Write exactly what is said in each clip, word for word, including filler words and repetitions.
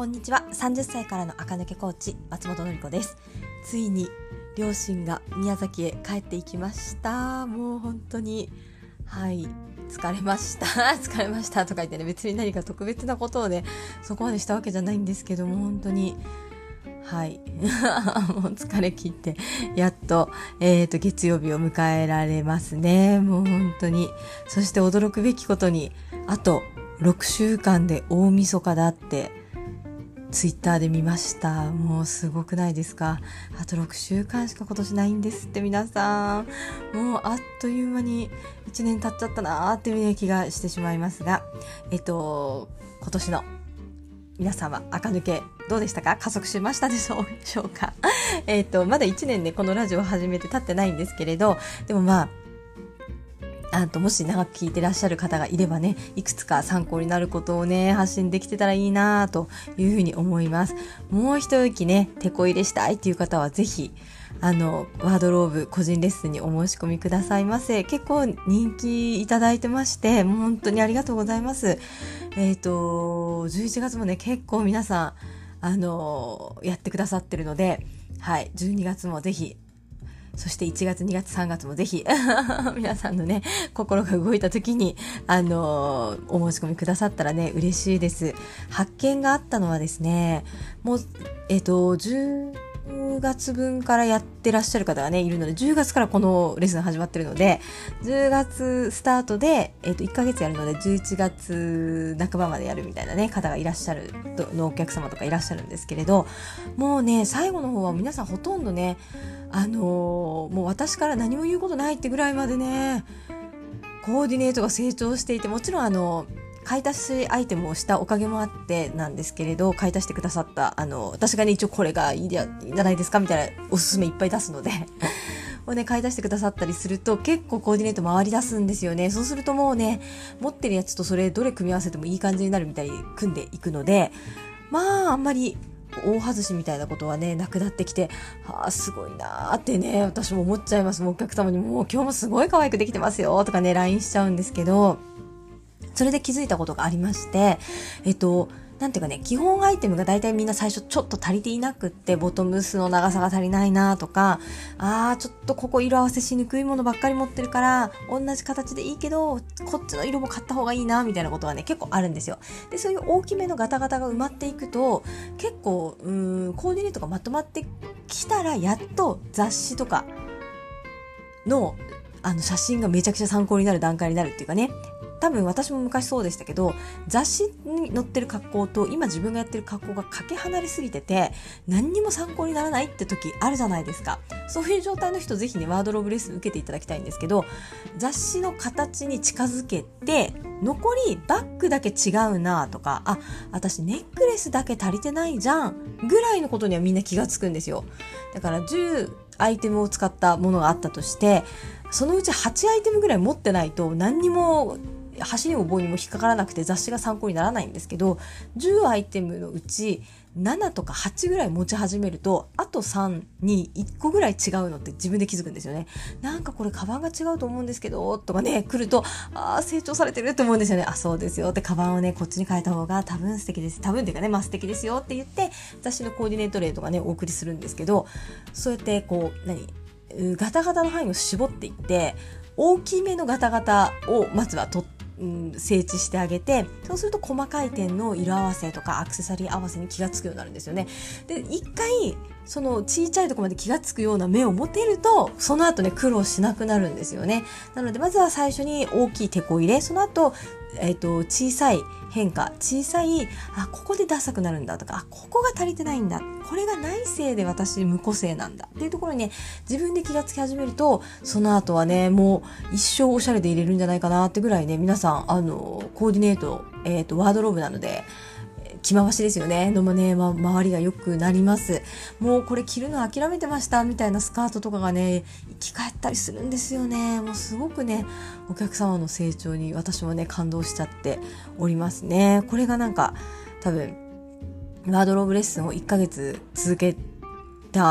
んにちは。さんじゅっさいからの垢抜けコーチ松本のり子です。ついに両親が宮崎へ帰っていきました。もう本当にはい疲れました疲れましたとか言ってね、別に何か特別なことをねそこまでしたわけじゃないんですけども、本当にはいもう疲れ切ってやっと、えーと月曜日を迎えられますね。もう本当に。そして驚くべきことに、あとろくしゅうかんで大晦日だってツイッターで見ました。もうすごくないですか。あとろくしゅうかんしか今年ないんですって。皆さんもうあっという間にいちねん経っちゃったなーっていう気がしてしまいますが、えっと今年の皆様垢抜けどうでしたか？加速しましたでしょうか？えっとまだいちねんねこのラジオを始めて経ってないんですけれど、でもまああともし長く聞いてらっしゃる方がいればね、いくつか参考になることをね発信できてたらいいなというふうに思います。もう一息ね手こ入れしたいっていう方はぜひあのワードローブ個人レッスンにお申し込みくださいませ。結構人気いただいてまして、もう本当にありがとうございます。えっとじゅういちがつもね結構皆さんあのやってくださってるので、はいじゅうにがつもぜひ、そしていちがつ、にがつ、さんがつもぜひ皆さんのね心が動いた時にあのー、お申し込みくださったらね嬉しいです。発見があったのはですね、もうえっとじゅうがつぶんからやってらっしゃる方がねいるので、じゅうがつからこのレッスン始まってるので、じゅうがつスタートで、えっといっかげつやるのでじゅういちがつなかばまでやるみたいなね方がいらっしゃるのお客様とかいらっしゃるんですけれど、もうね最後の方は皆さんほとんどねあのー、もう私から何も言うことないってぐらいまでねコーディネートが成長していて、もちろんあの買い足しアイテムをしたおかげもあってなんですけれど、買い足してくださったあの私がね一応これがいいじゃないですかみたいなおすすめいっぱい出すのでをね買い足してくださったりすると結構コーディネート回り出すんですよね。そうするともうね持ってるやつとそれどれ組み合わせてもいい感じになるみたいに組んでいくので、まああんまり大外しみたいなことはねなくなってきて、はあすごいなーってね私も思っちゃいます。もうお客様にもう今日もすごい可愛くできてますよとかね ライン しちゃうんですけど、それで気づいたことがありまして、えっとなんていうかね、基本アイテムがだいたいみんな最初ちょっと足りていなくって、ボトムスの長さが足りないなとか、あーちょっとここ色合わせしにくいものばっかり持ってるから同じ形でいいけどこっちの色も買った方がいいなみたいなことはね結構あるんですよ。でそういう大きめのガタガタが埋まっていくと結構うーんコーディネートがまとまってきたら、やっと雑誌とかのあの写真がめちゃくちゃ参考になる段階になるっていうかね、多分私も昔そうでしたけど、雑誌に載ってる格好と今自分がやってる格好がかけ離れすぎてて何にも参考にならないって時あるじゃないですか。そういう状態の人ぜひねワードローブレッスン受けていただきたいんですけど、雑誌の形に近づけて残りバッグだけ違うなとか、あ私ネックレスだけ足りてないじゃんぐらいのことにはみんな気がつくんですよ。だからじゅうアイテムを使ったものがあったとして、そのうちはちアイテムぐらい持ってないと何にも箸にも棒にも引っかからなくて雑誌が参考にならないんですけど、じゅうアイテムのうちななとかはちぐらい持ち始めると、あとさんにいっこぐらい違うのって自分で気づくんですよね。なんかこれカバンが違うと思うんですけどとかね来ると、あー成長されてると思うんですよね。あそうですよって、カバンをねこっちに変えた方が多分素敵です、多分っていうかねまあ素敵ですよって言って雑誌のコーディネート例とかねお送りするんですけど、そうやってこう何ガタガタの範囲を絞っていって大きめのガタガタをまずはと、うん、整地してあげて、そうすると細かい点の色合わせとかアクセサリー合わせに気がつくようになるんですよね。で一回その小さいところまで気がつくような目を持てるとその後ね苦労しなくなるんですよね。なのでまずは最初に大きいテこ入れ、その後、えーと、小さい変化、小さいあここでダサくなるんだとか、あここが足りてないんだ、これが内省で私無個性なんだっていうところにね自分で気がつき始めると、その後はねもう一生おしゃれで入れるんじゃないかなってぐらいね、皆さんあのコーディネート、えーと、ワードローブなので着回しですよねのもね、ま、周りが良くなります。もうこれ着るの諦めてましたみたいなスカートとかがね生き返ったりするんですよね。もうすごくねお客様の成長に私もね感動しちゃっておりますね。これがなんか多分ワードローブレッスンをいっかげつ続けた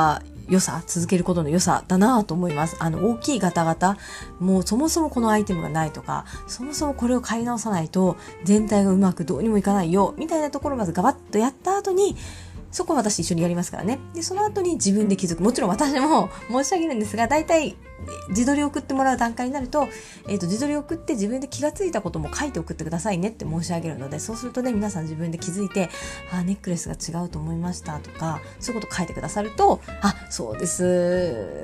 良さ、続けることの良さだなと思います。あの大きいガタガタ、もうそもそもこのアイテムがないとか、そもそもこれを買い直さないと全体がうまくどうにもいかないよみたいなところをまずガバッとやった後に、そこは私一緒にやりますからね。で、その後に自分で気づく。もちろん私も申し上げるんですが、大体自撮りを送ってもらう段階になると、えっと、自撮りを送って自分で気がついたことも書いて送ってくださいねって申し上げるので、そうするとね、皆さん自分で気づいて、あ、ネックレスが違うと思いましたとか、そういうこと書いてくださると、あ、そうです。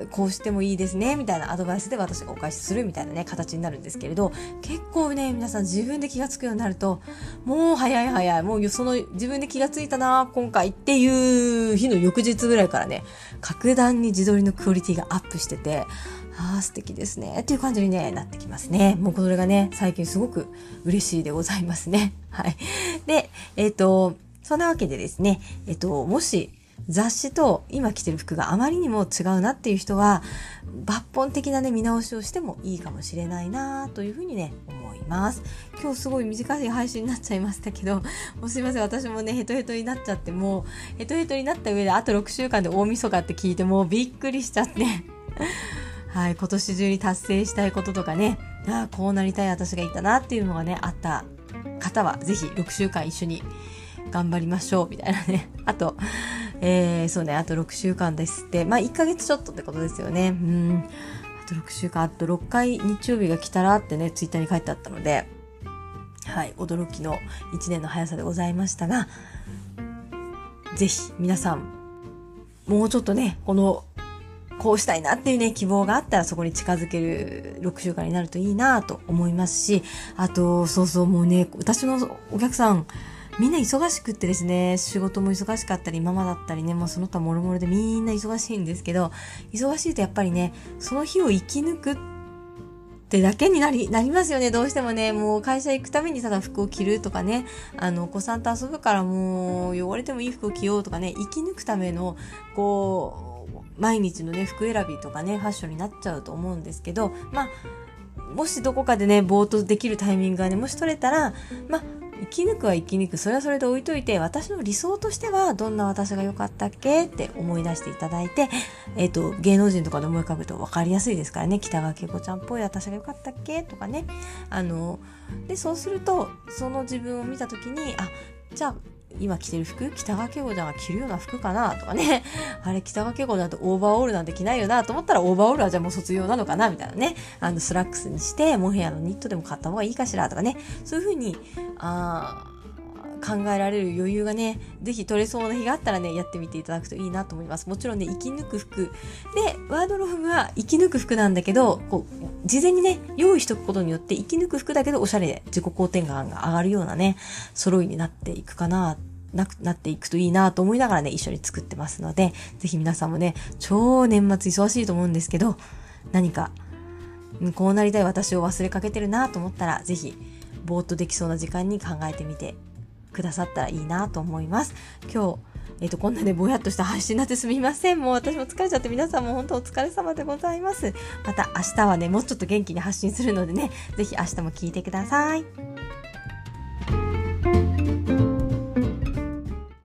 こうしてもいいですね、みたいなアドバイスで私がお返しするみたいなね、形になるんですけれど、結構ね、皆さん自分で気がつくようになると、もう早い早い、もうその自分で気がついたな、今回っていう日の翌日ぐらいからね、格段に自撮りのクオリティがアップしてて、ああ素敵ですねっていう感じに、ね、なってきますね。もうこれがね、最近すごく嬉しいでございますね。はい。で、えっと、そんなわけでですね、えっと、もし雑誌と今着てる服があまりにも違うなっていう人は、抜本的なね、見直しをしてもいいかもしれないなというふうにね、思います。今日すごい短い配信になっちゃいましたけど、もうすいません、私もね、ヘトヘトになっちゃって、もうヘトヘトになった上であとろくしゅうかんで大晦日って聞いて、もうびっくりしちゃってはい、今年中に達成したいこととかね、ああこうなりたい私がいたなっていうのがね、あった方はぜひろくしゅうかん一緒に頑張りましょうみたいなね。あと、えー、そうね、あとろくしゅうかんですって、まあいっかげつちょっとってことですよね。うん、あとろくしゅうかん、あとろっかい日曜日が来たらってね、ツイッターに書いてあったので、はい、驚きのいちねんの速さでございましたが、ぜひ皆さんもうちょっとね、このこうしたいなっていうね、希望があったらそこに近づけるろくしゅうかんになるといいなと思いますし、あと、そうそう、もうね、私のお客さん、みんな忙しくってですね、仕事も忙しかったり、ママだったりね、もうその他もろもろでみんな忙しいんですけど、忙しいとやっぱりね、その日を生き抜くってだけになり、なりますよね、どうしてもね。もう会社行くためにただ服を着るとかね、あの、お子さんと遊ぶからもう汚れてもいい服を着ようとかね、生き抜くための、こう、毎日のね、服選びとかね、ファッションになっちゃうと思うんですけど、まあ、もしどこかでね、ぼーっとできるタイミングがね、もし取れたら、まあ、生き抜くは生き抜く、それはそれで置いといて、私の理想としてはどんな私が良かったっけって思い出していただいて、えっと、芸能人とかで思い浮かべると分かりやすいですからね、北川景子ちゃんっぽい私が良かったっけとかね、あの、で、そうすると、その自分を見たときに、あ、じゃあ、今着てる服、北川景子ちゃんが着るような服かなとかね、あれ北川景子だとオーバーオールなんて着ないよなと思ったら、オーバーオールはじゃあもう卒業なのかなみたいなね、あのスラックスにしてモヘアのニットでも買った方がいいかしらとかね、そういう風にあ考えられる余裕がね、ぜひ取れそうな日があったらね、やってみていただくといいなと思います。もちろんね、生き抜く服で、ワードローブは生き抜く服なんだけど、こう事前にね用意しておくことによって生き抜く服だけどおしゃれで自己肯定感が上がるようなね、揃いになっていくかななくなっていくといいなと思いながらね、一緒に作ってますので、ぜひ皆さんもね、超年末忙しいと思うんですけど、何かこうなりたい私を忘れかけてるなと思ったら、ぜひぼーっとできそうな時間に考えてみてくださったらいいなと思います。今日えっとこんなねぼやっとした配信になってすみません。もう私も疲れちゃって、皆さんも本当お疲れ様でございます。また明日はね、もうちょっと元気に発信するのでね、ぜひ明日も聞いてください。